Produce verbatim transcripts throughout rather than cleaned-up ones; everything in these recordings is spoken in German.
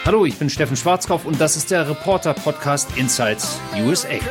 Hallo, ich bin Steffen Schwarzkopf und das ist der Reporter-Podcast Inside U S A.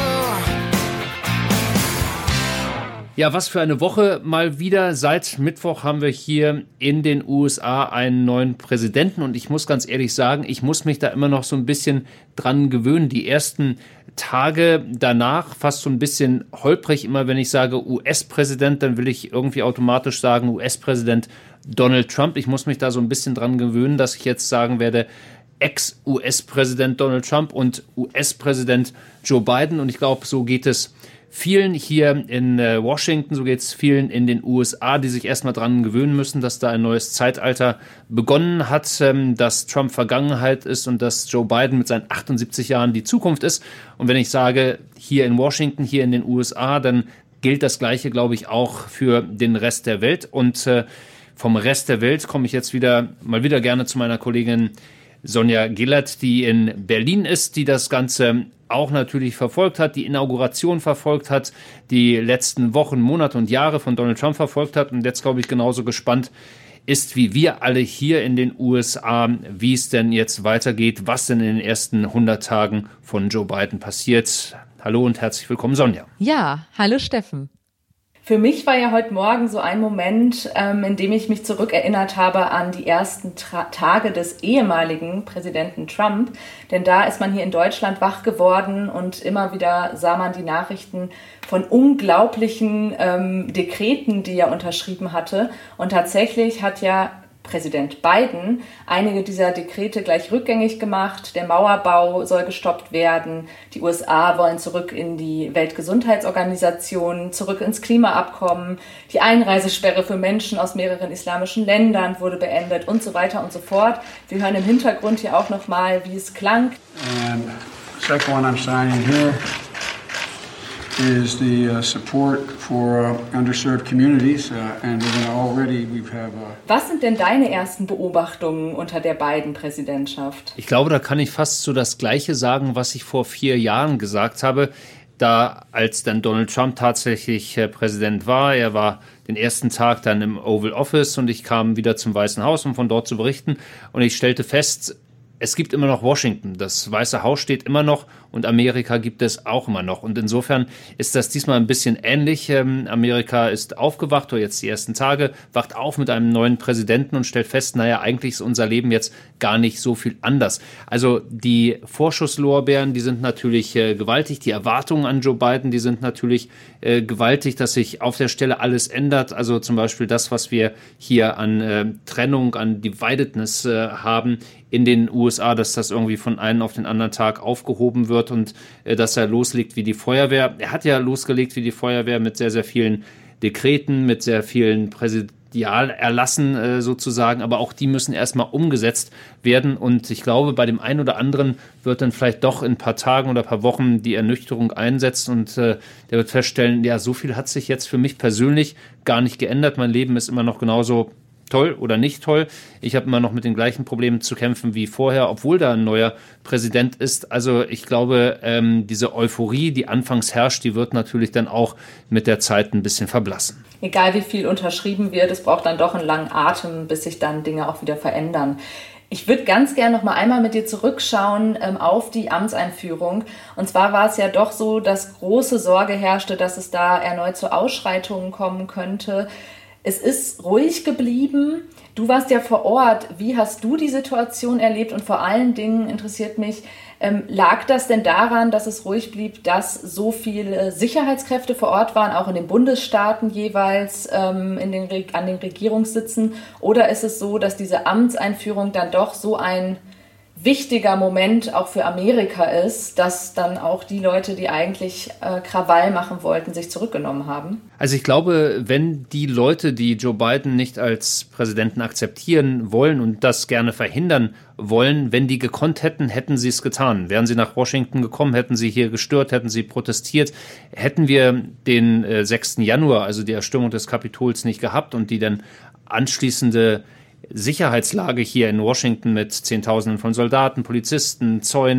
Ja, was für eine Woche mal wieder. Seit Mittwoch haben wir hier in den U S A einen neuen Präsidenten und ich muss ganz ehrlich sagen, ich muss mich da immer noch so ein bisschen dran gewöhnen. Die ersten Tage danach fast so ein bisschen holprig. Immer wenn ich sage U S-Präsident, dann will ich irgendwie automatisch sagen U S-Präsident Donald Trump. Ich muss mich da so ein bisschen dran gewöhnen, dass ich jetzt sagen werde Ex-U S-Präsident Donald Trump und U S-Präsident Joe Biden. Und ich glaube, so geht es vielen hier in Washington, so geht es vielen in den U S A, die sich erstmal dran gewöhnen müssen, dass da ein neues Zeitalter begonnen hat, dass Trump Vergangenheit ist und dass Joe Biden mit seinen achtundsiebzig Jahren die Zukunft ist. Und wenn ich sage, hier in Washington, hier in den U S A, dann gilt das Gleiche, glaube ich, auch für den Rest der Welt. Und äh, vom Rest der Welt komme ich jetzt wieder mal wieder gerne zu meiner Kollegin Sonja Gillert, die in Berlin ist, die das Ganze auch natürlich verfolgt hat, die Inauguration verfolgt hat, die letzten Wochen, Monate und Jahre von Donald Trump verfolgt hat und jetzt, glaube ich, genauso gespannt ist wie wir alle hier in den U S A, wie es denn jetzt weitergeht, was denn in den ersten hundert Tagen von Joe Biden passiert. Hallo und herzlich willkommen, Sonja. Ja, hallo Steffen. Für mich war ja heute Morgen so ein Moment, ähm, in dem ich mich zurückerinnert habe an die ersten Tra- Tage des ehemaligen Präsidenten Trump. Denn da ist man hier in Deutschland wach geworden und immer wieder sah man die Nachrichten von unglaublichen ähm, Dekreten, die er unterschrieben hatte. Und tatsächlich hat ja Präsident Biden einige dieser Dekrete gleich rückgängig gemacht. Der Mauerbau soll gestoppt werden. Die U S A wollen zurück in die Weltgesundheitsorganisation, zurück ins Klimaabkommen. Die Einreisesperre für Menschen aus mehreren islamischen Ländern wurde beendet und so weiter und so fort. Wir hören im Hintergrund hier auch nochmal, wie es klang. And the second one I'm signing here is the uh, support for uh, underserved communities, uh, and we're going to already we have. Uh Was sind denn deine ersten Beobachtungen unter der Biden-Präsidentschaft? Ich glaube, da kann ich fast so das Gleiche sagen, was ich vor vier Jahren gesagt habe, da als dann Donald Trump tatsächlich äh, Präsident war. Er war den ersten Tag dann im Oval Office und ich kam wieder zum Weißen Haus, um von dort zu berichten. Und ich stellte fest, es gibt immer noch Washington. Das Weiße Haus steht immer noch und Amerika gibt es auch immer noch. Und insofern ist das diesmal ein bisschen ähnlich. Ähm, Amerika ist aufgewacht, oder jetzt die ersten Tage, wacht auf mit einem neuen Präsidenten und stellt fest, naja, eigentlich ist unser Leben jetzt gar nicht so viel anders. Also die Vorschusslorbeeren, die sind natürlich äh, gewaltig. Die Erwartungen an Joe Biden, die sind natürlich äh, gewaltig, dass sich auf der Stelle alles ändert. Also zum Beispiel das, was wir hier an äh, Trennung, an Dividedness äh, haben in den U S A, dass das irgendwie von einem auf den anderen Tag aufgehoben wird und äh, dass er loslegt wie die Feuerwehr. Er hat ja losgelegt wie die Feuerwehr mit sehr, sehr vielen Dekreten, mit sehr vielen Präsidialerlassen äh, sozusagen, aber auch die müssen erstmal umgesetzt werden und ich glaube, bei dem einen oder anderen wird dann vielleicht doch in ein paar Tagen oder ein paar Wochen die Ernüchterung einsetzen und äh, der wird feststellen, ja, so viel hat sich jetzt für mich persönlich gar nicht geändert. Mein Leben ist immer noch genauso toll oder nicht toll. Ich habe immer noch mit den gleichen Problemen zu kämpfen wie vorher, obwohl da ein neuer Präsident ist. Also ich glaube, ähm, diese Euphorie, die anfangs herrscht, die wird natürlich dann auch mit der Zeit ein bisschen verblassen. Egal wie viel unterschrieben wird, es braucht dann doch einen langen Atem, bis sich dann Dinge auch wieder verändern. Ich würde ganz gerne noch mal einmal mit dir zurückschauen ähm, auf die Amtseinführung. Und zwar war es ja doch so, dass große Sorge herrschte, dass es da erneut zu Ausschreitungen kommen könnte. Es ist ruhig geblieben. Du warst ja vor Ort. Wie hast du die Situation erlebt? Und vor allen Dingen interessiert mich, ähm, lag das denn daran, dass es ruhig blieb, dass so viele Sicherheitskräfte vor Ort waren, auch in den Bundesstaaten jeweils ähm, in den, an den Regierungssitzen? Oder ist es so, dass diese Amtseinführung dann doch so ein wichtiger Moment auch für Amerika ist, dass dann auch die Leute, die eigentlich äh, Krawall machen wollten, sich zurückgenommen haben? Also ich glaube, wenn die Leute, die Joe Biden nicht als Präsidenten akzeptieren wollen und das gerne verhindern wollen, wenn die gekonnt hätten, hätten sie es getan. Wären sie nach Washington gekommen, hätten sie hier gestört, hätten sie protestiert, hätten wir den äh, sechsten Januar, also die Erstürmung des Kapitols, nicht gehabt und die dann anschließende Sicherheitslage hier in Washington mit Zehntausenden von Soldaten, Polizisten, Zäunen,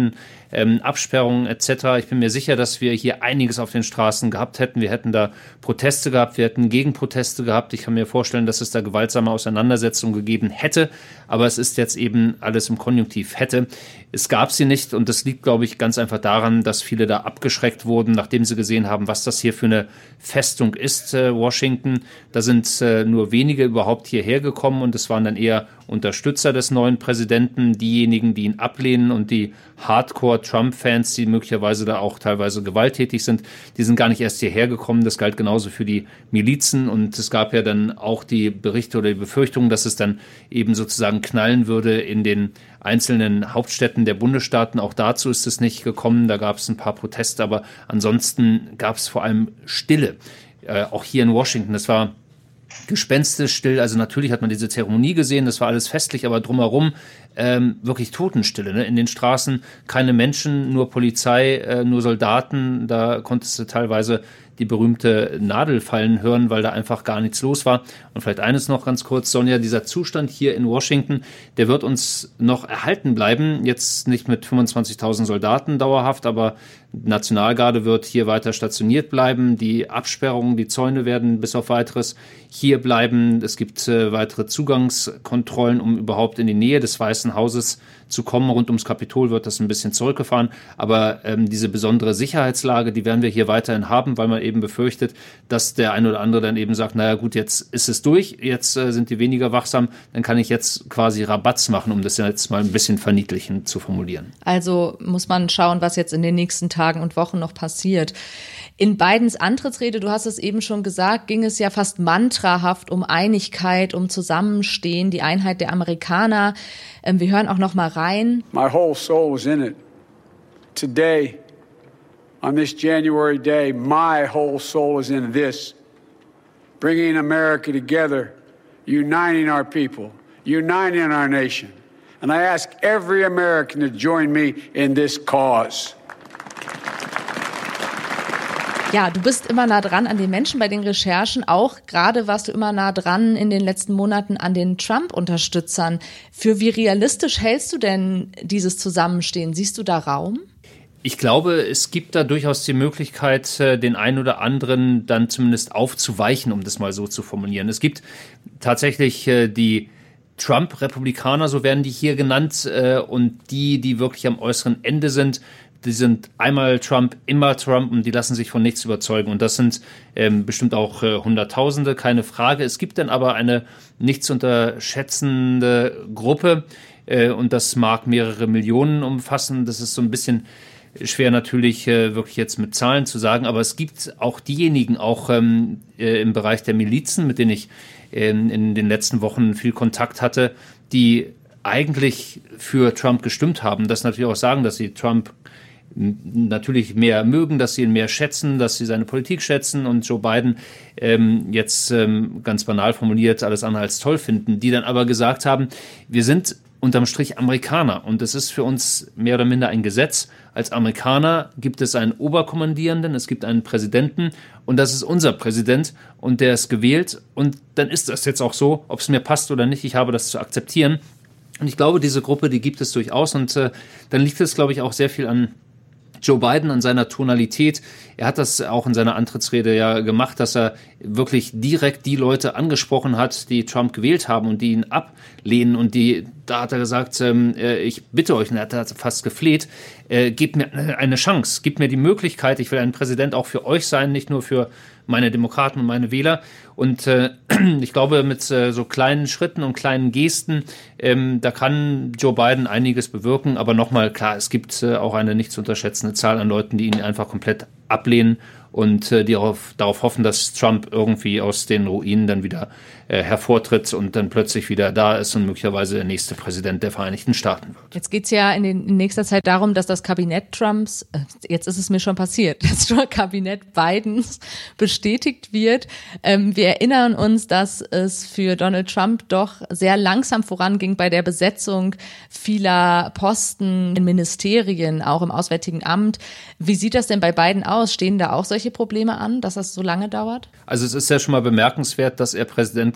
ähm, Absperrungen et cetera. Ich bin mir sicher, dass wir hier einiges auf den Straßen gehabt hätten. Wir hätten da Proteste gehabt, wir hätten Gegenproteste gehabt. Ich kann mir vorstellen, dass es da gewaltsame Auseinandersetzungen gegeben hätte, aber es ist jetzt eben alles im Konjunktiv hätte. Es gab sie nicht und das liegt, glaube ich, ganz einfach daran, dass viele da abgeschreckt wurden, nachdem sie gesehen haben, was das hier für eine Festung ist, äh, Washington. Da sind äh, nur wenige überhaupt hierher gekommen und es waren dann eher Unterstützer des neuen Präsidenten, diejenigen, die ihn ablehnen und die Hardcore-Trump-Fans, die möglicherweise da auch teilweise gewalttätig sind, die sind gar nicht erst hierher gekommen. Das galt genauso für die Milizen und es gab ja dann auch die Berichte oder die Befürchtungen, dass es dann eben sozusagen knallen würde in den einzelnen Hauptstädten der Bundesstaaten. Auch dazu ist es nicht gekommen. Da gab es ein paar Proteste, aber ansonsten gab es vor allem Stille. Äh, auch hier in Washington. Das war gespenstisch still. Also natürlich hat man diese Zeremonie gesehen, das war alles festlich, aber drumherum ähm, wirklich Totenstille. Ne? In den Straßen keine Menschen, nur Polizei, äh, nur Soldaten. Da konntest du teilweise die berühmte Nadelfallen hören, weil da einfach gar nichts los war. Und vielleicht eines noch ganz kurz, Sonja, dieser Zustand hier in Washington, der wird uns noch erhalten bleiben. Jetzt nicht mit fünfundzwanzigtausend Soldaten dauerhaft, aber die Nationalgarde wird hier weiter stationiert bleiben. Die Absperrungen, die Zäune werden bis auf Weiteres hier bleiben. Es gibt äh, weitere Zugangskontrollen, um überhaupt in die Nähe des Weißen Hauses zu kommen. Rund ums Kapitol wird das ein bisschen zurückgefahren. Aber ähm, diese besondere Sicherheitslage, die werden wir hier weiterhin haben, weil man eben befürchtet, dass der ein oder andere dann eben sagt, naja gut, jetzt ist es durch, jetzt äh, sind die weniger wachsam, dann kann ich jetzt quasi Rabatz machen, um das jetzt mal ein bisschen verniedlichend zu formulieren. Also muss man schauen, was jetzt in den nächsten Tagen und Wochen noch passiert. In Bidens Antrittsrede, du hast es eben schon gesagt, ging es ja fast mantrahaft um Einigkeit, um Zusammenstehen, die Einheit der Amerikaner. Ähm, wir hören auch noch mal rein. My whole soul is in it. Today, on this January day, my whole soul is in this. Bringing America together, uniting our people, uniting our nation. And I ask every American to join me in this cause. Ja, du bist immer nah dran an den Menschen bei den Recherchen. Auch gerade warst du immer nah dran in den letzten Monaten an den Trump-Unterstützern. Für wie realistisch hältst du denn dieses Zusammenstehen? Siehst du da Raum? Ich glaube, es gibt da durchaus die Möglichkeit, den einen oder anderen dann zumindest aufzuweichen, um das mal so zu formulieren. Es gibt tatsächlich die Trump-Republikaner, so werden die hier genannt, und die, die wirklich am äußeren Ende sind, die sind einmal Trump, immer Trump und die lassen sich von nichts überzeugen. Und das sind ähm, bestimmt auch äh, Hunderttausende, keine Frage. Es gibt dann aber eine nicht zu unterschätzende Gruppe äh, und das mag mehrere Millionen umfassen. Das ist so ein bisschen schwer natürlich äh, wirklich jetzt mit Zahlen zu sagen, aber es gibt auch diejenigen, auch ähm, äh, im Bereich der Milizen, mit denen ich äh, in den letzten Wochen viel Kontakt hatte, die eigentlich für Trump gestimmt haben. Das natürlich auch sagen, dass sie Trump natürlich mehr mögen, dass sie ihn mehr schätzen, dass sie seine Politik schätzen und Joe Biden ähm, jetzt ähm, ganz banal formuliert alles andere als toll finden, die dann aber gesagt haben, wir sind unterm Strich Amerikaner und es ist für uns mehr oder minder ein Gesetz. Als Amerikaner gibt es einen Oberkommandierenden, es gibt einen Präsidenten und das ist unser Präsident und der ist gewählt und dann ist das jetzt auch so, ob es mir passt oder nicht, ich habe das zu akzeptieren. Und ich glaube, diese Gruppe, die gibt es durchaus und äh, dann liegt es, glaube ich, auch sehr viel an Joe Biden, an seiner Tonalität. Er hat das auch in seiner Antrittsrede ja gemacht, dass er wirklich direkt die Leute angesprochen hat, die Trump gewählt haben und die ihn ablehnen. Und die, da hat er gesagt, ähm, ich bitte euch, und er hat fast gefleht, äh, gebt mir eine Chance, gebt mir die Möglichkeit, ich will ein Präsident auch für euch sein, nicht nur für meine Demokraten und meine Wähler. Und äh, ich glaube, mit äh, so kleinen Schritten und kleinen Gesten, ähm, da kann Joe Biden einiges bewirken. Aber nochmal, klar, es gibt äh, auch eine nicht zu unterschätzende Zahl an Leuten, die ihn einfach komplett ablehnen und äh, die darauf, darauf hoffen, dass Trump irgendwie aus den Ruinen dann wieder äh, hervortritt und dann plötzlich wieder da ist und möglicherweise der nächste Präsident der Vereinigten Staaten wird. Jetzt geht's ja in, den, in nächster Zeit darum, dass das Kabinett Trumps, äh, jetzt ist es mir schon passiert, das Kabinett Bidens bestätigt wird. Ähm, wir erinnern uns, dass es für Donald Trump doch sehr langsam voranging bei der Besetzung vieler Posten in Ministerien, auch im Auswärtigen Amt. Wie sieht das denn bei Biden aus? Stehen da auch solche Probleme an, dass das so lange dauert? Also es ist ja schon mal bemerkenswert, dass er Präsident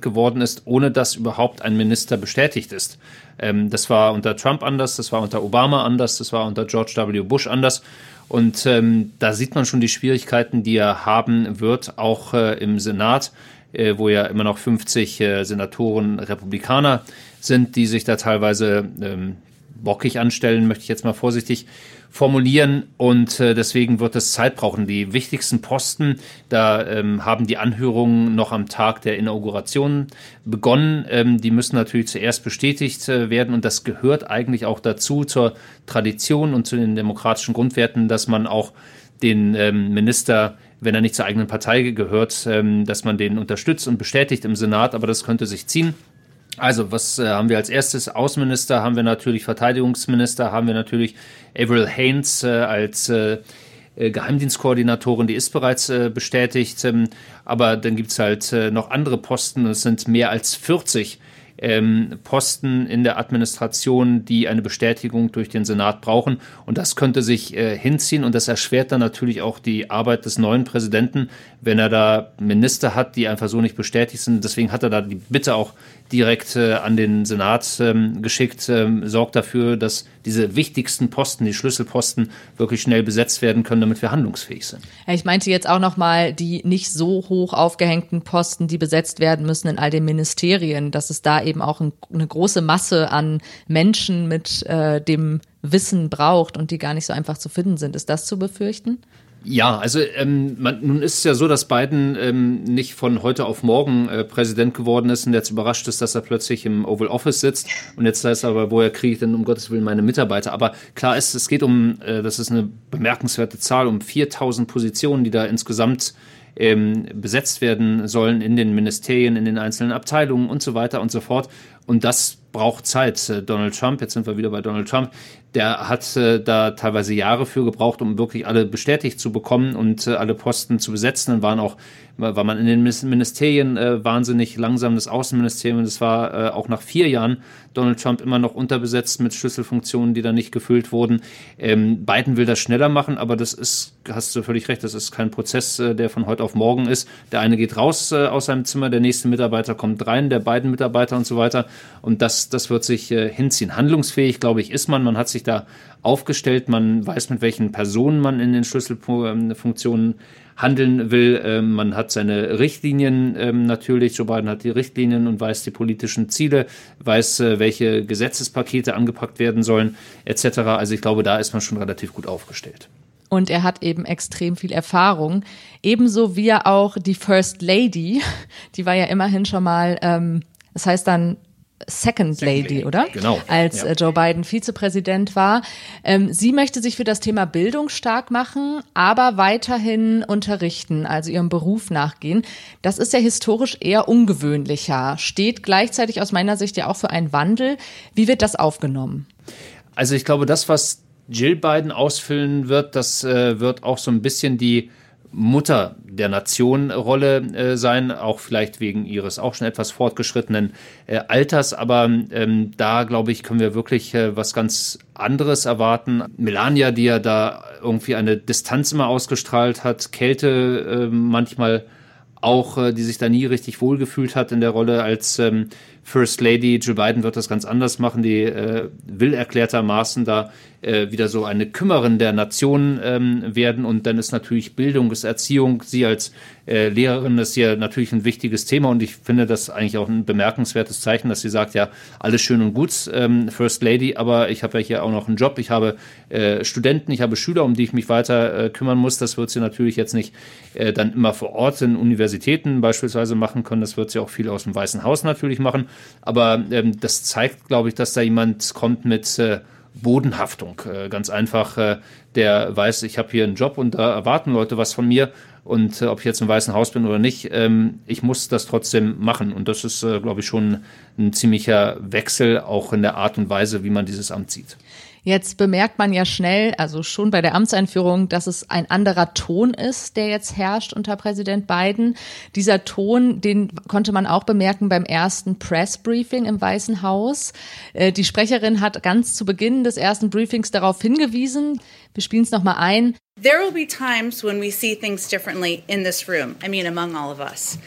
geworden ist, ohne dass überhaupt ein Minister bestätigt ist. Ähm, das war unter Trump anders, das war unter Obama anders, das war unter George W. Bush anders. Und ähm, da sieht man schon die Schwierigkeiten, die er haben wird, auch äh, im Senat, äh, wo ja immer noch fünfzig äh, Senatoren Republikaner sind, die sich da teilweise ähm, bockig anstellen, möchte ich jetzt mal vorsichtig formulieren. Und äh, deswegen wird es Zeit brauchen. Die wichtigsten Posten, da ähm, haben die Anhörungen noch am Tag der Inauguration begonnen. Ähm, die müssen natürlich zuerst bestätigt äh, werden. Und das gehört eigentlich auch dazu, zur Tradition und zu den demokratischen Grundwerten, dass man auch den ähm, Minister, wenn er nicht zur eigenen Partei gehört, ähm, dass man den unterstützt und bestätigt im Senat. Aber das könnte sich ziehen. Also, was äh, haben wir als erstes? Außenminister, haben wir natürlich Verteidigungsminister, haben wir natürlich Avril Haines äh, als äh, Geheimdienstkoordinatorin, die ist bereits äh, bestätigt. Ähm, aber dann gibt's halt äh, noch andere Posten. Es sind mehr als vierzig ähm, Posten in der Administration, die eine Bestätigung durch den Senat brauchen. Und das könnte sich äh, hinziehen. Und das erschwert dann natürlich auch die Arbeit des neuen Präsidenten, wenn er da Minister hat, die einfach so nicht bestätigt sind. Deswegen hat er da die Bitte auch direkt äh, an den Senat ähm, geschickt, ähm, sorgt dafür, dass diese wichtigsten Posten, die Schlüsselposten, wirklich schnell besetzt werden können, damit wir handlungsfähig sind. Ich meinte jetzt auch nochmal die nicht so hoch aufgehängten Posten, die besetzt werden müssen in all den Ministerien, dass es da eben auch ein, eine große Masse an Menschen mit äh, dem Wissen braucht und die gar nicht so einfach zu finden sind. Ist das zu befürchten? Ja, also ähm, man, nun ist es ja so, dass Biden ähm, nicht von heute auf morgen äh, Präsident geworden ist und jetzt überrascht ist, dass er plötzlich im Oval Office sitzt und jetzt heißt er aber, woher kriege ich denn um Gottes Willen meine Mitarbeiter? Aber klar ist, es geht um, äh, das ist eine bemerkenswerte Zahl, um viertausend Positionen, die da insgesamt ähm, besetzt werden sollen in den Ministerien, in den einzelnen Abteilungen und so weiter und so fort. Und das braucht Zeit. Donald Trump, jetzt sind wir wieder bei Donald Trump, der hat äh, da teilweise Jahre für gebraucht, um wirklich alle bestätigt zu bekommen und äh, alle Posten zu besetzen. Dann waren auch, war man in den Ministerien äh, wahnsinnig langsam. Das Außenministerium, das war äh, auch nach vier Jahren Donald Trump immer noch unterbesetzt mit Schlüsselfunktionen, die dann nicht gefüllt wurden. Ähm, Biden will das schneller machen, aber das ist, hast du völlig recht, das ist kein Prozess, äh, der von heute auf morgen ist. Der eine geht raus äh, aus seinem Zimmer, der nächste Mitarbeiter kommt rein, der beiden Mitarbeiter und so weiter. Und das, das wird sich äh, hinziehen. Handlungsfähig, glaube ich, ist man. Man hat sich da aufgestellt. Man weiß, mit welchen Personen man in den Schlüsselfunktionen handeln will. Ähm, man hat seine Richtlinien ähm, natürlich. Joe Biden hat die Richtlinien und weiß die politischen Ziele, weiß, äh, welche Gesetzespakete angepackt werden sollen, et cetera. Also ich glaube, da ist man schon relativ gut aufgestellt. Und er hat eben extrem viel Erfahrung. Ebenso wie er auch die First Lady, die war ja immerhin schon mal, ähm, das heißt dann Second Lady, oder? Genau. Als ja. Joe Biden Vizepräsident war. Ähm, sie möchte sich für das Thema Bildung stark machen, aber weiterhin unterrichten, also ihrem Beruf nachgehen. Das ist ja historisch eher ungewöhnlicher, steht gleichzeitig aus meiner Sicht ja auch für einen Wandel. Wie wird das aufgenommen? Also ich glaube, das, was Jill Biden ausfüllen wird, das äh, wird auch so ein bisschen die Mutter der Nation-Rolle äh, sein, auch vielleicht wegen ihres auch schon etwas fortgeschrittenen äh, Alters. Aber ähm, da, glaube ich, können wir wirklich äh, was ganz anderes erwarten. Melania, die ja da irgendwie eine Distanz immer ausgestrahlt hat, Kälte äh, manchmal auch, äh, die sich da nie richtig wohlgefühlt hat in der Rolle als ähm, First Lady. Joe Biden wird das ganz anders machen. Die äh, will erklärtermaßen da äh, wieder so eine Kümmerin der Nation ähm, werden. Und dann ist natürlich Bildung, ist Erziehung. Sie als äh, Lehrerin ist ja natürlich ein wichtiges Thema. Und ich finde das eigentlich auch ein bemerkenswertes Zeichen, dass sie sagt, ja, alles schön und gut, ähm, First Lady, aber ich habe ja hier auch noch einen Job. Ich habe äh, Studenten, ich habe Schüler, um die ich mich weiter äh, kümmern muss. Das wird sie natürlich jetzt nicht äh, dann immer vor Ort in Universitäten beispielsweise machen können. Das wird sie auch viel aus dem Weißen Haus natürlich machen. Aber ähm, das zeigt, glaube ich, dass da jemand kommt mit äh, Bodenhaftung. Äh, ganz einfach, äh, der weiß, ich habe hier einen Job und da erwarten Leute was von mir. Und äh, ob ich jetzt im Weißen Haus bin oder nicht, ähm, ich muss das trotzdem machen. Und das ist, äh, glaube ich, schon ein ziemlicher Wechsel, auch in der Art und Weise, wie man dieses Amt sieht. Jetzt bemerkt man ja schnell, also schon bei der Amtseinführung, dass es ein anderer Ton ist, der jetzt herrscht unter Präsident Biden. Dieser Ton, den konnte man auch bemerken beim ersten Pressbriefing im Weißen Haus. Die Sprecherin hat ganz zu Beginn des ersten Briefings darauf hingewiesen. Wir spielen es nochmal ein. There will be times when we see things differently in this room. I mean, among all of us.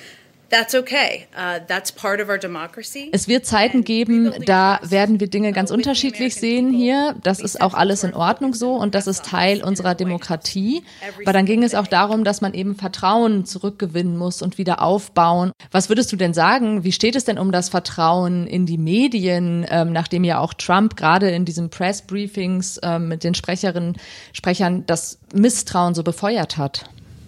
Es wird Zeiten geben, da werden wir Dinge ganz unterschiedlich sehen hier. Das ist auch alles in Ordnung so und das ist Teil unserer Demokratie. Aber dann ging es auch darum, dass man eben Vertrauen zurückgewinnen muss und wieder aufbauen. Was würdest du denn sagen? Wie steht es denn um das Vertrauen in die Medien, ähm, nachdem ja auch Trump gerade in diesen Pressbriefings ähm, mit den Sprecherinnen, Sprechern das Misstrauen so befeuert hat?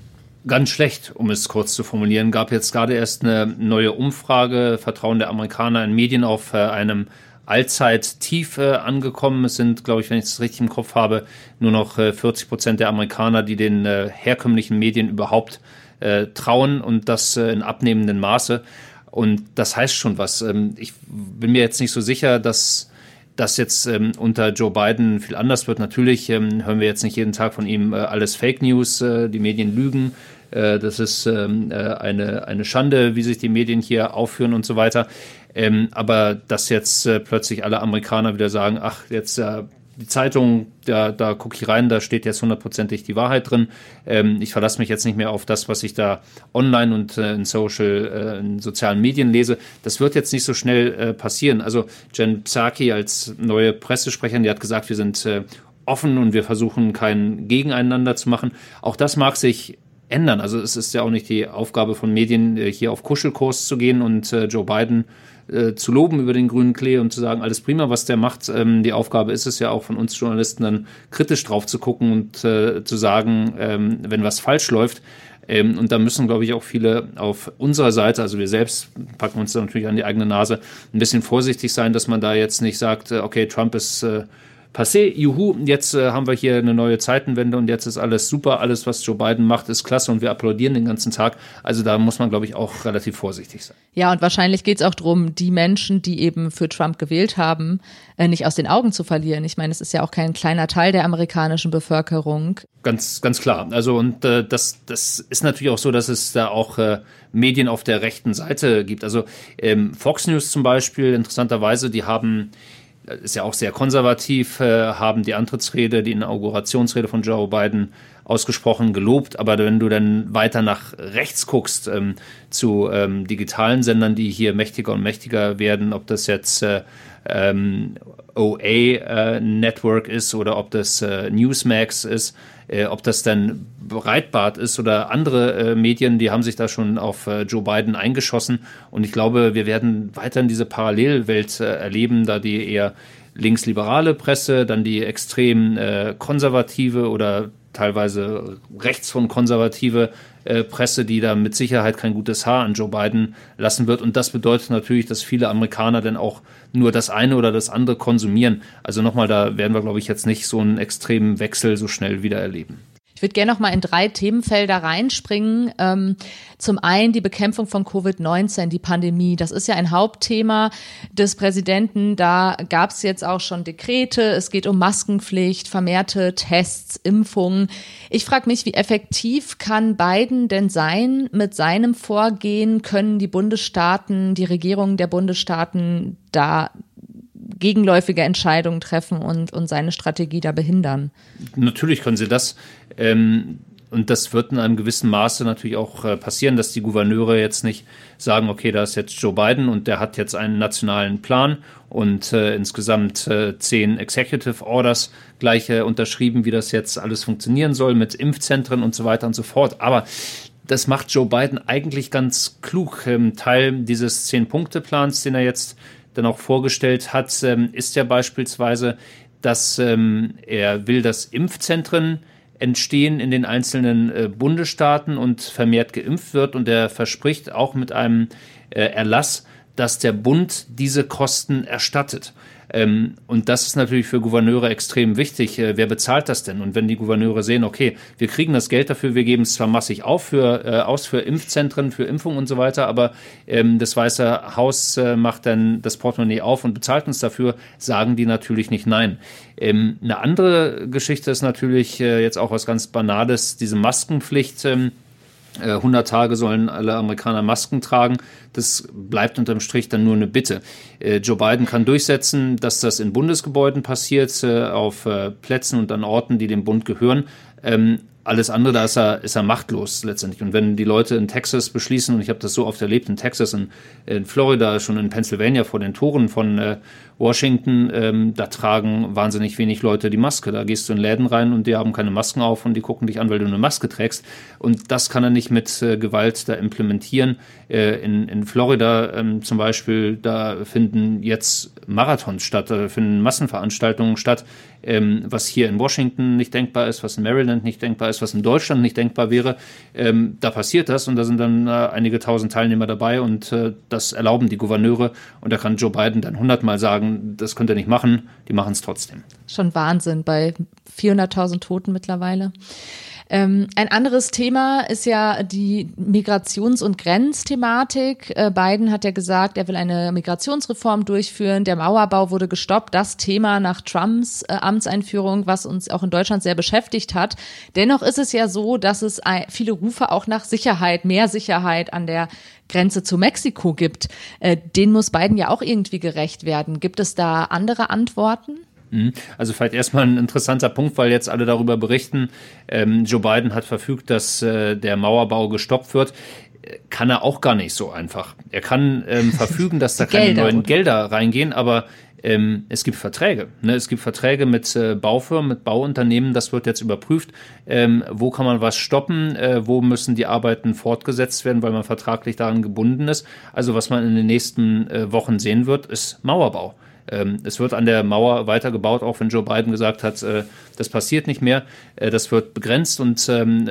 Ganz schlecht, um es kurz zu formulieren. Gab jetzt gerade erst eine neue Umfrage, Vertrauen der Amerikaner in Medien auf äh, einem Allzeittief äh, angekommen. Es sind, glaube ich, wenn ich es richtig im Kopf habe, nur noch äh, vierzig Prozent der Amerikaner, die den äh, herkömmlichen Medien überhaupt äh, trauen und das äh, in abnehmendem Maße. Und das heißt schon was. Ähm, ich bin mir jetzt nicht so sicher, dass das jetzt ähm, unter Joe Biden viel anders wird. Natürlich ähm, hören wir jetzt nicht jeden Tag von ihm äh, alles Fake News, äh, die Medien lügen. Äh, das ist ähm, äh, eine, eine Schande, wie sich die Medien hier aufführen und so weiter. Ähm, aber dass jetzt äh, plötzlich alle Amerikaner wieder sagen, ach, jetzt äh, die Zeitung, da, da gucke ich rein, da steht jetzt hundertprozentig die Wahrheit drin. Ähm, ich verlasse mich jetzt nicht mehr auf das, was ich da online und äh, in Social, äh, in sozialen Medien lese. Das wird jetzt nicht so schnell äh, passieren. Also Jen Psaki als neue Pressesprecherin, die hat gesagt, wir sind äh, offen und wir versuchen kein Gegeneinander zu machen. Auch das mag sich ändern. Also es ist ja auch nicht die Aufgabe von Medien, äh, hier auf Kuschelkurs zu gehen und äh, Joe Biden äh, zu loben über den grünen Klee und zu sagen, alles prima, was der macht. Ähm, die Aufgabe ist es ja auch von uns Journalisten dann kritisch drauf zu gucken und äh, zu sagen, ähm, wenn was falsch läuft. Ähm, und da müssen, glaube ich, auch viele auf unserer Seite, also wir selbst packen uns da natürlich an die eigene Nase, ein bisschen vorsichtig sein, dass man da jetzt nicht sagt, äh, okay, Trump ist äh, passé, juhu, jetzt äh, haben wir hier eine neue Zeitenwende und jetzt ist alles super, alles, was Joe Biden macht, ist klasse und wir applaudieren den ganzen Tag. Also da muss man, glaube ich, auch relativ vorsichtig sein. Ja, und wahrscheinlich geht es auch darum, die Menschen, die eben für Trump gewählt haben, äh, nicht aus den Augen zu verlieren. Ich meine, es ist ja auch kein kleiner Teil der amerikanischen Bevölkerung. Ganz, ganz klar. Also und äh, das, das ist natürlich auch so, dass es da auch äh, Medien auf der rechten Seite gibt. Also ähm, Fox News zum Beispiel, interessanterweise, die haben ist ja auch sehr konservativ, äh, haben die Antrittsrede, die Inaugurationsrede von Joe Biden ausgesprochen gelobt. Aber wenn du dann weiter nach rechts guckst, ähm, zu ähm, digitalen Sendern, die hier mächtiger und mächtiger werden, ob das jetzt äh, ähm, O A äh, Network ist oder ob das äh, Newsmax ist, äh, ob das dann Breitbart ist oder andere äh, Medien, die haben sich da schon auf äh, Joe Biden eingeschossen. Und ich glaube, wir werden weiterhin diese Parallelwelt äh, erleben, da die eher linksliberale Presse, dann die extrem äh, konservative oder teilweise rechts von konservative äh, Presse, die da mit Sicherheit kein gutes Haar an Joe Biden lassen wird. Und das bedeutet natürlich, dass viele Amerikaner dann auch nur das eine oder das andere konsumieren. Also nochmal, da werden wir, glaube ich, jetzt nicht so einen extremen Wechsel so schnell wieder erleben. Ich würde gerne noch mal in drei Themenfelder reinspringen. Ähm, zum einen die Bekämpfung von Covid neunzehn, die Pandemie. Das ist ja ein Hauptthema des Präsidenten. Da gab es jetzt auch schon Dekrete. Es geht um Maskenpflicht, vermehrte Tests, Impfungen. Ich frage mich, wie effektiv kann Biden denn sein mit seinem Vorgehen? Können die Bundesstaaten, die Regierungen der Bundesstaaten da gegenläufige Entscheidungen treffen und, und seine Strategie da behindern? Natürlich können sie das. Ähm, und das wird in einem gewissen Maße natürlich auch äh, passieren, dass die Gouverneure jetzt nicht sagen, okay, da ist jetzt Joe Biden und der hat jetzt einen nationalen Plan und äh, insgesamt äh, zehn Executive Orders gleich äh, unterschrieben, wie das jetzt alles funktionieren soll mit Impfzentren und so weiter und so fort. Aber das macht Joe Biden eigentlich ganz klug. Ähm, Teil dieses Zehn-Punkte-Plans, den er jetzt dann auch vorgestellt hat, ähm, ist ja beispielsweise, dass ähm, er will, dass Impfzentren entstehen in den einzelnen äh, Bundesstaaten und vermehrt geimpft wird. Und er verspricht auch mit einem äh, Erlass, dass der Bund diese Kosten erstattet. Ähm, und das ist natürlich für Gouverneure extrem wichtig. Äh, wer bezahlt das denn? Und wenn die Gouverneure sehen, okay, wir kriegen das Geld dafür, wir geben es zwar massig auf für, äh, aus für Impfzentren, für Impfungen und so weiter, aber ähm, das Weiße Haus äh, macht dann das Portemonnaie auf und bezahlt uns dafür, sagen die natürlich nicht nein. Ähm, eine andere Geschichte ist natürlich äh, jetzt auch was ganz Banales, diese Maskenpflicht. Ähm, hundert Tage sollen alle Amerikaner Masken tragen. Das bleibt unterm Strich dann nur eine Bitte. Joe Biden kann durchsetzen, dass das in Bundesgebäuden passiert, auf Plätzen und an Orten, die dem Bund gehören. alles andere, da ist er, ist er machtlos letztendlich. Und wenn die Leute in Texas beschließen, und ich habe das so oft erlebt, in Texas, in, in Florida, schon in Pennsylvania vor den Toren von äh, Washington, ähm, da tragen wahnsinnig wenig Leute die Maske. Da gehst du in Läden rein und die haben keine Masken auf und die gucken dich an, weil du eine Maske trägst. Und das kann er nicht mit äh, Gewalt da implementieren. Äh, in, in Florida ähm, zum Beispiel, da finden jetzt Marathons statt, da finden Massenveranstaltungen statt, ähm, was hier in Washington nicht denkbar ist, was in Maryland nicht denkbar ist, was in Deutschland nicht denkbar wäre. Ähm, da passiert das und da sind dann äh, einige tausend Teilnehmer dabei und äh, das erlauben die Gouverneure und da kann Joe Biden dann hundertmal sagen, das könnt ihr nicht machen, die machen es trotzdem. Schon Wahnsinn bei vierhunderttausend Toten mittlerweile. Ähm, ein anderes Thema ist ja die Migrations- und Grenzthematik. Äh, Biden hat ja gesagt, er will eine Migrationsreform durchführen. Der Mauerbau wurde gestoppt. Das Thema nach Trumps äh, Amtseinführung, was uns auch in Deutschland sehr beschäftigt hat. Dennoch ist es ja so, dass es ein, viele Rufe auch nach Sicherheit, mehr Sicherheit an der Grenze zu Mexiko gibt. Äh, denen muss Biden ja auch irgendwie gerecht werden. Gibt es da andere Antworten? Also vielleicht erstmal ein interessanter Punkt, weil jetzt alle darüber berichten, ähm, Joe Biden hat verfügt, dass äh, der Mauerbau gestoppt wird. Kann er auch gar nicht so einfach. Er kann ähm, verfügen, dass da keine Gelder, neuen oder? Gelder reingehen, aber ähm, es gibt Verträge. Ne? Es gibt Verträge mit äh, Baufirmen, mit Bauunternehmen, das wird jetzt überprüft. Ähm, wo kann man was stoppen? Äh, wo müssen die Arbeiten fortgesetzt werden, weil man vertraglich daran gebunden ist? Also was man in den nächsten äh, Wochen sehen wird, ist Mauerbau. Es wird an der Mauer weitergebaut, auch wenn Joe Biden gesagt hat, das passiert nicht mehr. Das wird begrenzt und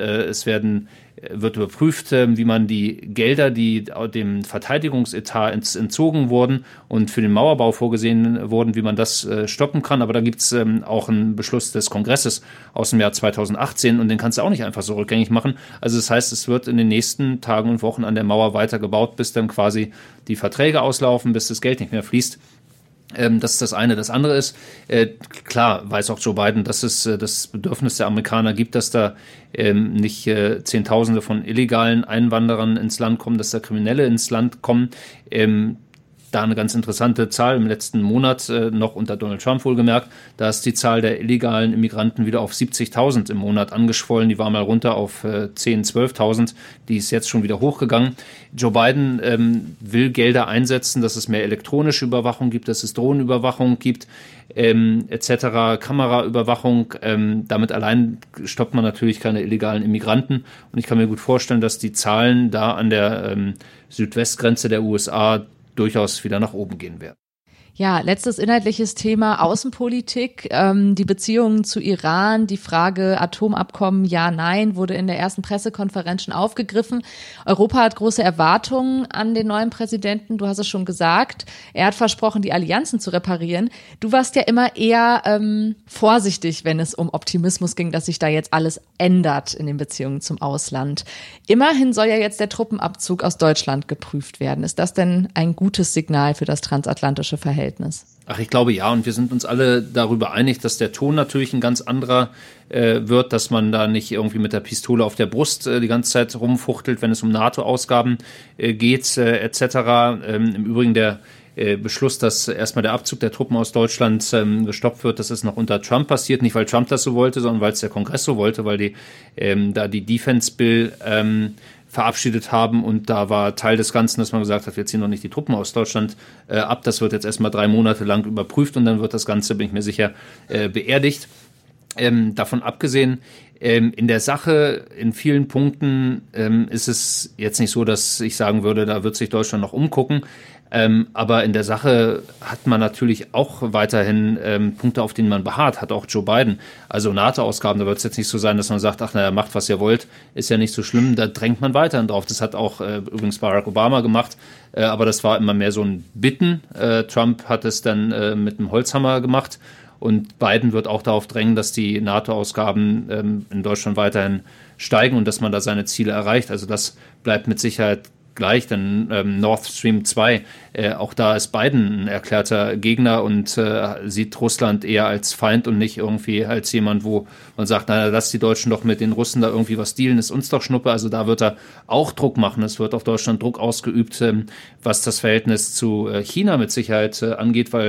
es werden, wird überprüft, wie man die Gelder, die dem Verteidigungsetat entzogen wurden und für den Mauerbau vorgesehen wurden, wie man das stoppen kann. Aber da gibt es auch einen Beschluss des Kongresses aus dem Jahr zweitausendachtzehn und den kannst du auch nicht einfach so rückgängig machen. Also das heißt, es wird in den nächsten Tagen und Wochen an der Mauer weitergebaut, bis dann quasi die Verträge auslaufen, bis das Geld nicht mehr fließt. Ähm, das ist das eine. Das andere ist, äh, klar weiß auch Joe Biden, dass es äh, das Bedürfnis der Amerikaner gibt, dass da ähm, nicht äh, Zehntausende von illegalen Einwanderern ins Land kommen, dass da Kriminelle ins Land kommen. Ähm, da eine ganz interessante Zahl im letzten Monat, äh, noch unter Donald Trump wohlgemerkt, da ist die Zahl der illegalen Immigranten wieder auf siebzigtausend im Monat angeschwollen. Die war mal runter auf äh, zehntausend, zwölftausend. Die ist jetzt schon wieder hochgegangen. Joe Biden ähm, will Gelder einsetzen, dass es mehr elektronische Überwachung gibt, dass es Drohnenüberwachung gibt, ähm, et cetera, Kameraüberwachung. Ähm, damit allein stoppt man natürlich keine illegalen Immigranten. Und ich kann mir gut vorstellen, dass die Zahlen da an der ähm, Südwestgrenze der U S A durchaus wieder nach oben gehen werden. Ja, letztes inhaltliches Thema Außenpolitik, ähm, die Beziehungen zu Iran, die Frage Atomabkommen, ja, nein, wurde in der ersten Pressekonferenz schon aufgegriffen. Europa hat große Erwartungen an den neuen Präsidenten, du hast es schon gesagt. Er hat versprochen, die Allianzen zu reparieren. Du warst ja immer eher ähm, vorsichtig, wenn es um Optimismus ging, dass sich da jetzt alles ändert in den Beziehungen zum Ausland. Immerhin soll ja jetzt der Truppenabzug aus Deutschland geprüft werden. Ist das denn ein gutes Signal für das transatlantische Verhältnis? Ach, ich glaube ja, und wir sind uns alle darüber einig, dass der Ton natürlich ein ganz anderer äh, wird, dass man da nicht irgendwie mit der Pistole auf der Brust äh, die ganze Zeit rumfuchtelt, wenn es um NATO-Ausgaben äh, geht, äh, et cetera. Ähm, im Übrigen der äh, Beschluss, dass erstmal der Abzug der Truppen aus Deutschland ähm, gestoppt wird, das ist noch unter Trump passiert, nicht weil Trump das so wollte, sondern weil es der Kongress so wollte, weil die ähm, da die Defense Bill ähm, verabschiedet haben und da war Teil des Ganzen, dass man gesagt hat, wir ziehen noch nicht die Truppen aus Deutschland äh, ab, das wird jetzt erstmal drei Monate lang überprüft und dann wird das Ganze, bin ich mir sicher, äh, beerdigt. Ähm, davon abgesehen, ähm, in der Sache, in vielen Punkten ähm, ist es jetzt nicht so, dass ich sagen würde, da wird sich Deutschland noch umgucken. Ähm, aber in der Sache hat man natürlich auch weiterhin ähm, Punkte, auf denen man beharrt, hat auch Joe Biden. Also NATO-Ausgaben, da wird es jetzt nicht so sein, dass man sagt, ach naja, macht was ihr wollt, ist ja nicht so schlimm, da drängt man weiterhin drauf. Das hat auch äh, übrigens Barack Obama gemacht, äh, aber das war immer mehr so ein Bitten. Äh, Trump hat es dann äh, mit einem Holzhammer gemacht und Biden wird auch darauf drängen, dass die NATO-Ausgaben ähm, in Deutschland weiterhin steigen und dass man da seine Ziele erreicht. Also das bleibt mit Sicherheit gleich, denn ähm, Nord Stream zwei, äh, auch da ist Biden ein erklärter Gegner und äh, sieht Russland eher als Feind und nicht irgendwie als jemand, wo man sagt, na, lass die Deutschen doch mit den Russen da irgendwie was dealen, ist uns doch Schnuppe. Also da wird er auch Druck machen. Es wird auf Deutschland Druck ausgeübt, ähm, was das Verhältnis zu äh, China mit Sicherheit äh, angeht, weil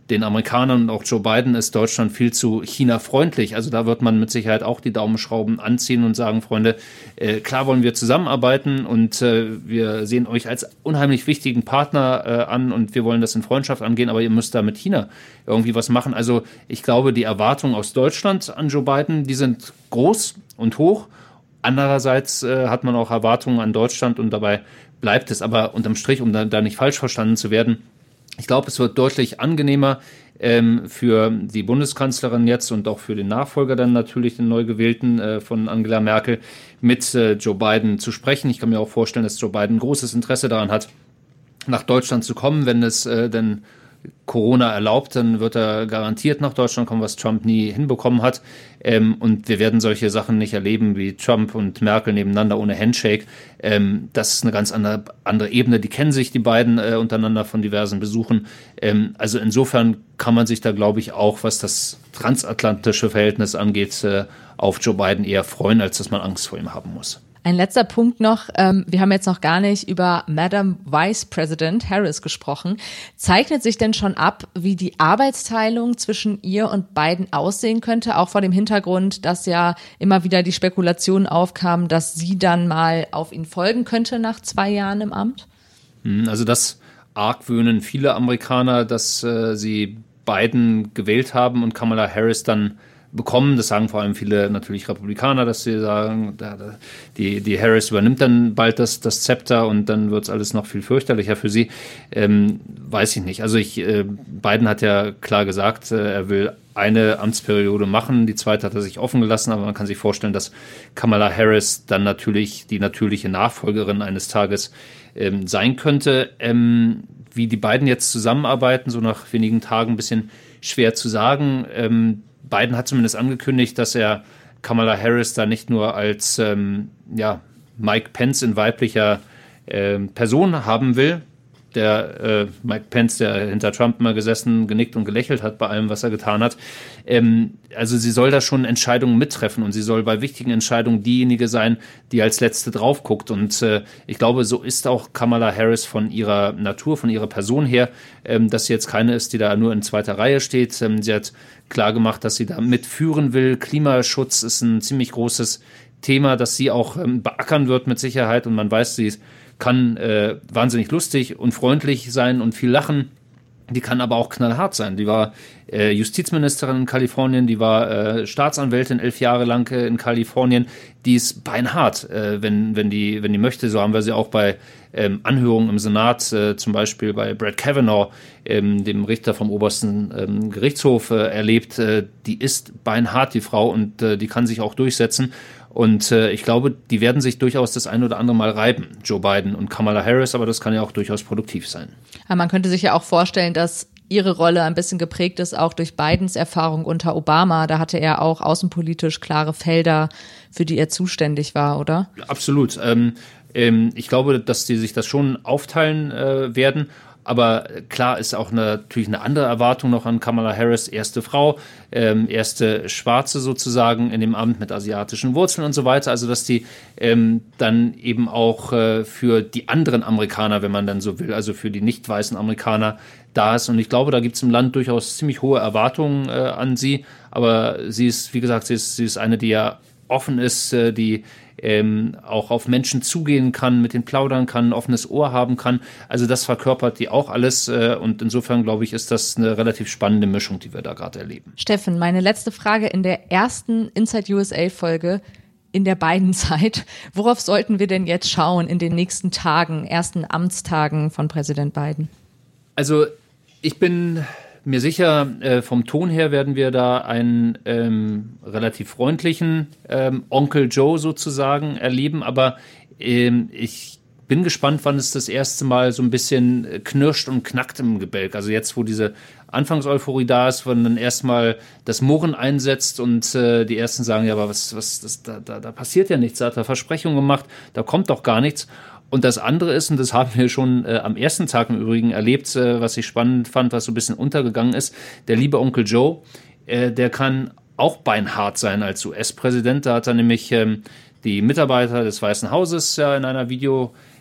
den Amerikanern und auch Joe Biden ist Deutschland viel zu China-freundlich. Also da wird man mit Sicherheit auch die Daumenschrauben anziehen und sagen, Freunde, äh, klar wollen wir zusammenarbeiten und äh, wir sehen euch als unheimlich wichtigen Partner äh, an und wir wollen das in Freundschaft angehen, aber ihr müsst da mit China irgendwie was machen. Also ich glaube, die Erwartungen aus Deutschland an Joe Biden, die sind groß und hoch. Andererseits äh, hat man auch Erwartungen an Deutschland und dabei bleibt es. Aber unterm Strich, um da, da nicht falsch verstanden zu werden, ich glaube, es wird deutlich angenehmer ähm, für die Bundeskanzlerin jetzt und auch für den Nachfolger dann natürlich, den neu gewählten äh, von Angela Merkel, mit äh, Joe Biden zu sprechen. Ich kann mir auch vorstellen, dass Joe Biden großes Interesse daran hat, nach Deutschland zu kommen, wenn es äh, denn Corona erlaubt, dann wird er garantiert nach Deutschland kommen, was Trump nie hinbekommen hat. Ähm, und wir werden solche Sachen nicht erleben wie Trump und Merkel nebeneinander ohne Handshake. Ähm, das ist eine ganz andere, andere Ebene. Die kennen sich, die beiden, äh, untereinander von diversen Besuchen. Ähm, also insofern kann man sich da, glaube ich, auch, was das transatlantische Verhältnis angeht, äh, auf Joe Biden eher freuen, als dass man Angst vor ihm haben muss. Ein letzter Punkt noch. Ähm, wir haben jetzt noch gar nicht über Madam Vice President Harris gesprochen. Zeichnet sich denn schon ab, wie die Arbeitsteilung zwischen ihr und Biden aussehen könnte? Auch vor dem Hintergrund, dass ja immer wieder die Spekulationen aufkamen, dass sie dann mal auf ihn folgen könnte nach zwei Jahren im Amt? Also das argwöhnen viele Amerikaner, dass äh, sie Biden gewählt haben und Kamala Harris dann bekommen. Das sagen vor allem viele natürlich Republikaner, dass sie sagen, die, die Harris übernimmt dann bald das, das Zepter und dann wird es alles noch viel fürchterlicher für sie. Ähm, weiß ich nicht. Also ich, äh, Biden hat ja klar gesagt, äh, er will eine Amtsperiode machen, die zweite hat er sich offen gelassen, aber man kann sich vorstellen, dass Kamala Harris dann natürlich die natürliche Nachfolgerin eines Tages ähm, sein könnte. Ähm, wie die beiden jetzt zusammenarbeiten, so nach wenigen Tagen ein bisschen schwer zu sagen. Ähm, Biden hat zumindest angekündigt, dass er Kamala Harris da nicht nur als ähm, ja, Mike Pence in weiblicher äh, Person haben will. Der äh, Mike Pence, der hinter Trump mal gesessen, genickt und gelächelt hat bei allem, was er getan hat. Ähm, also sie soll da schon Entscheidungen mittreffen und sie soll bei wichtigen Entscheidungen diejenige sein, die als Letzte drauf guckt. Und äh, ich glaube, so ist auch Kamala Harris von ihrer Natur, von ihrer Person her, ähm, dass sie jetzt keine ist, die da nur in zweiter Reihe steht. Ähm, sie hat klar gemacht, dass sie da mitführen will. Klimaschutz ist ein ziemlich großes Thema, das sie auch ähm, beackern wird mit Sicherheit. Und man weiß, sie kann äh, wahnsinnig lustig und freundlich sein und viel lachen. Die kann aber auch knallhart sein. Die war äh, Justizministerin in Kalifornien, die war äh, Staatsanwältin elf Jahre lang äh, in Kalifornien. Die ist beinhart, äh, wenn, wenn, die, wenn die möchte. So haben wir sie auch bei ähm, Anhörungen im Senat, äh, zum Beispiel bei Brett Kavanaugh, ähm, dem Richter vom obersten ähm, Gerichtshof, äh, erlebt. Äh, die ist beinhart, die Frau, und äh, die kann sich auch durchsetzen. Und äh, ich glaube, die werden sich durchaus das ein oder andere Mal reiben, Joe Biden und Kamala Harris, aber das kann ja auch durchaus produktiv sein. Aber man könnte sich ja auch vorstellen, dass ihre Rolle ein bisschen geprägt ist, auch durch Bidens Erfahrung unter Obama. Da hatte er auch außenpolitisch klare Felder, für die er zuständig war, oder? Absolut. Ähm, ähm, ich glaube, dass die sich das schon aufteilen äh, werden. Aber klar ist auch eine, natürlich eine andere Erwartung noch an Kamala Harris, erste Frau, ähm, erste Schwarze sozusagen in dem Amt mit asiatischen Wurzeln und so weiter. Also dass die ähm, dann eben auch äh, für die anderen Amerikaner, wenn man dann so will, also für die nicht weißen Amerikaner da ist. Und ich glaube, da gibt es im Land durchaus ziemlich hohe Erwartungen äh, an sie. Aber sie ist, wie gesagt, sie ist, sie ist eine, die ja offen ist, äh, die Ähm, auch auf Menschen zugehen kann, mit denen plaudern kann, ein offenes Ohr haben kann. Also das verkörpert die auch alles äh, und insofern, glaube ich, ist das eine relativ spannende Mischung, die wir da gerade erleben. Steffen, meine letzte Frage in der ersten Inside U S A-Folge in der Biden-Zeit. Worauf sollten wir denn jetzt schauen in den nächsten Tagen, ersten Amtstagen von Präsident Biden? Also ich bin mir sicher, äh, vom Ton her werden wir da einen ähm, relativ freundlichen ähm, Onkel Joe sozusagen erleben, aber ähm, ich bin gespannt, wann es das erste Mal so ein bisschen knirscht und knackt im Gebälk. Also jetzt, wo diese Anfangseuphorie da ist, wenn dann erstmal das Murren einsetzt und äh, die Ersten sagen, ja, aber was, was, das, da, da, da passiert ja nichts, da hat er Versprechungen gemacht, da kommt doch gar nichts. Und das andere ist, und das haben wir schon äh, am ersten Tag im Übrigen erlebt, äh, was ich spannend fand, was so ein bisschen untergegangen ist, der liebe Onkel Joe, äh, der kann auch beinhart sein als U S-Präsident. Da hat er nämlich ähm, die Mitarbeiter des Weißen Hauses ja in einer Video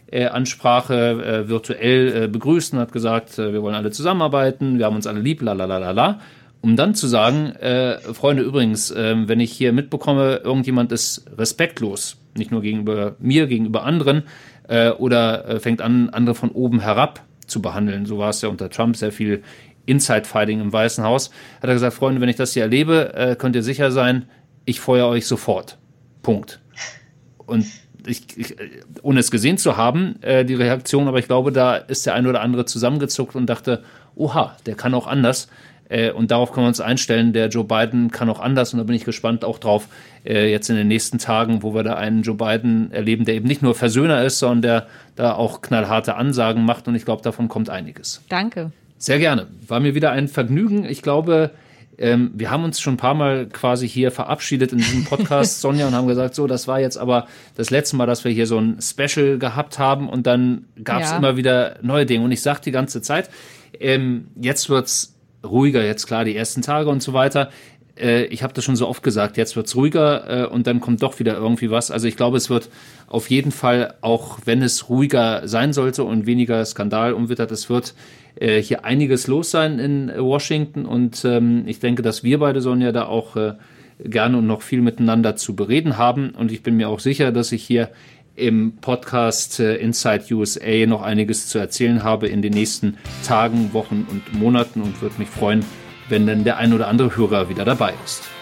Äh, Ansprache äh, virtuell äh, begrüßt und hat gesagt, äh, wir wollen alle zusammenarbeiten, wir haben uns alle lieb, la la la la la. Um dann zu sagen, äh, Freunde, übrigens, äh, wenn ich hier mitbekomme, irgendjemand ist respektlos, nicht nur gegenüber mir, gegenüber anderen, äh, oder äh, fängt an, andere von oben herab zu behandeln. So war es ja unter Trump sehr viel Inside-Fighting im Weißen Haus. Hat er gesagt, Freunde, wenn ich das hier erlebe, äh, könnt ihr sicher sein, ich feuere euch sofort. Punkt. Und Ich, ich, ohne es gesehen zu haben, äh, die Reaktion, aber ich glaube, da ist der eine oder andere zusammengezuckt und dachte, oha, der kann auch anders. Äh, und darauf können wir uns einstellen, der Joe Biden kann auch anders. Und da bin ich gespannt auch drauf, äh, jetzt in den nächsten Tagen, wo wir da einen Joe Biden erleben, der eben nicht nur Versöhner ist, sondern der da auch knallharte Ansagen macht. Und ich glaube, davon kommt einiges. Danke. Sehr gerne. War mir wieder ein Vergnügen. Ich glaube, Ähm, wir haben uns schon ein paar Mal quasi hier verabschiedet in diesem Podcast, Sonja, und haben gesagt, so, das war jetzt aber das letzte Mal, dass wir hier so ein Special gehabt haben und dann gab es ja. immer wieder neue Dinge. Und ich sage die ganze Zeit, ähm, jetzt wird's ruhiger, jetzt klar, die ersten Tage und so weiter. Äh, ich habe das schon so oft gesagt, jetzt wird's ruhiger äh, und dann kommt doch wieder irgendwie was. Also ich glaube, es wird auf jeden Fall, auch wenn es ruhiger sein sollte und weniger Skandal umwittert, es wird äh, hier einiges los sein in Washington und ähm, ich denke, dass wir beide, Sonja, da auch äh, gerne und noch viel miteinander zu bereden haben und ich bin mir auch sicher, dass ich hier im Podcast äh, Inside U S A noch einiges zu erzählen habe in den nächsten Tagen, Wochen und Monaten und würde mich freuen, wenn dann der ein oder andere Hörer wieder dabei ist.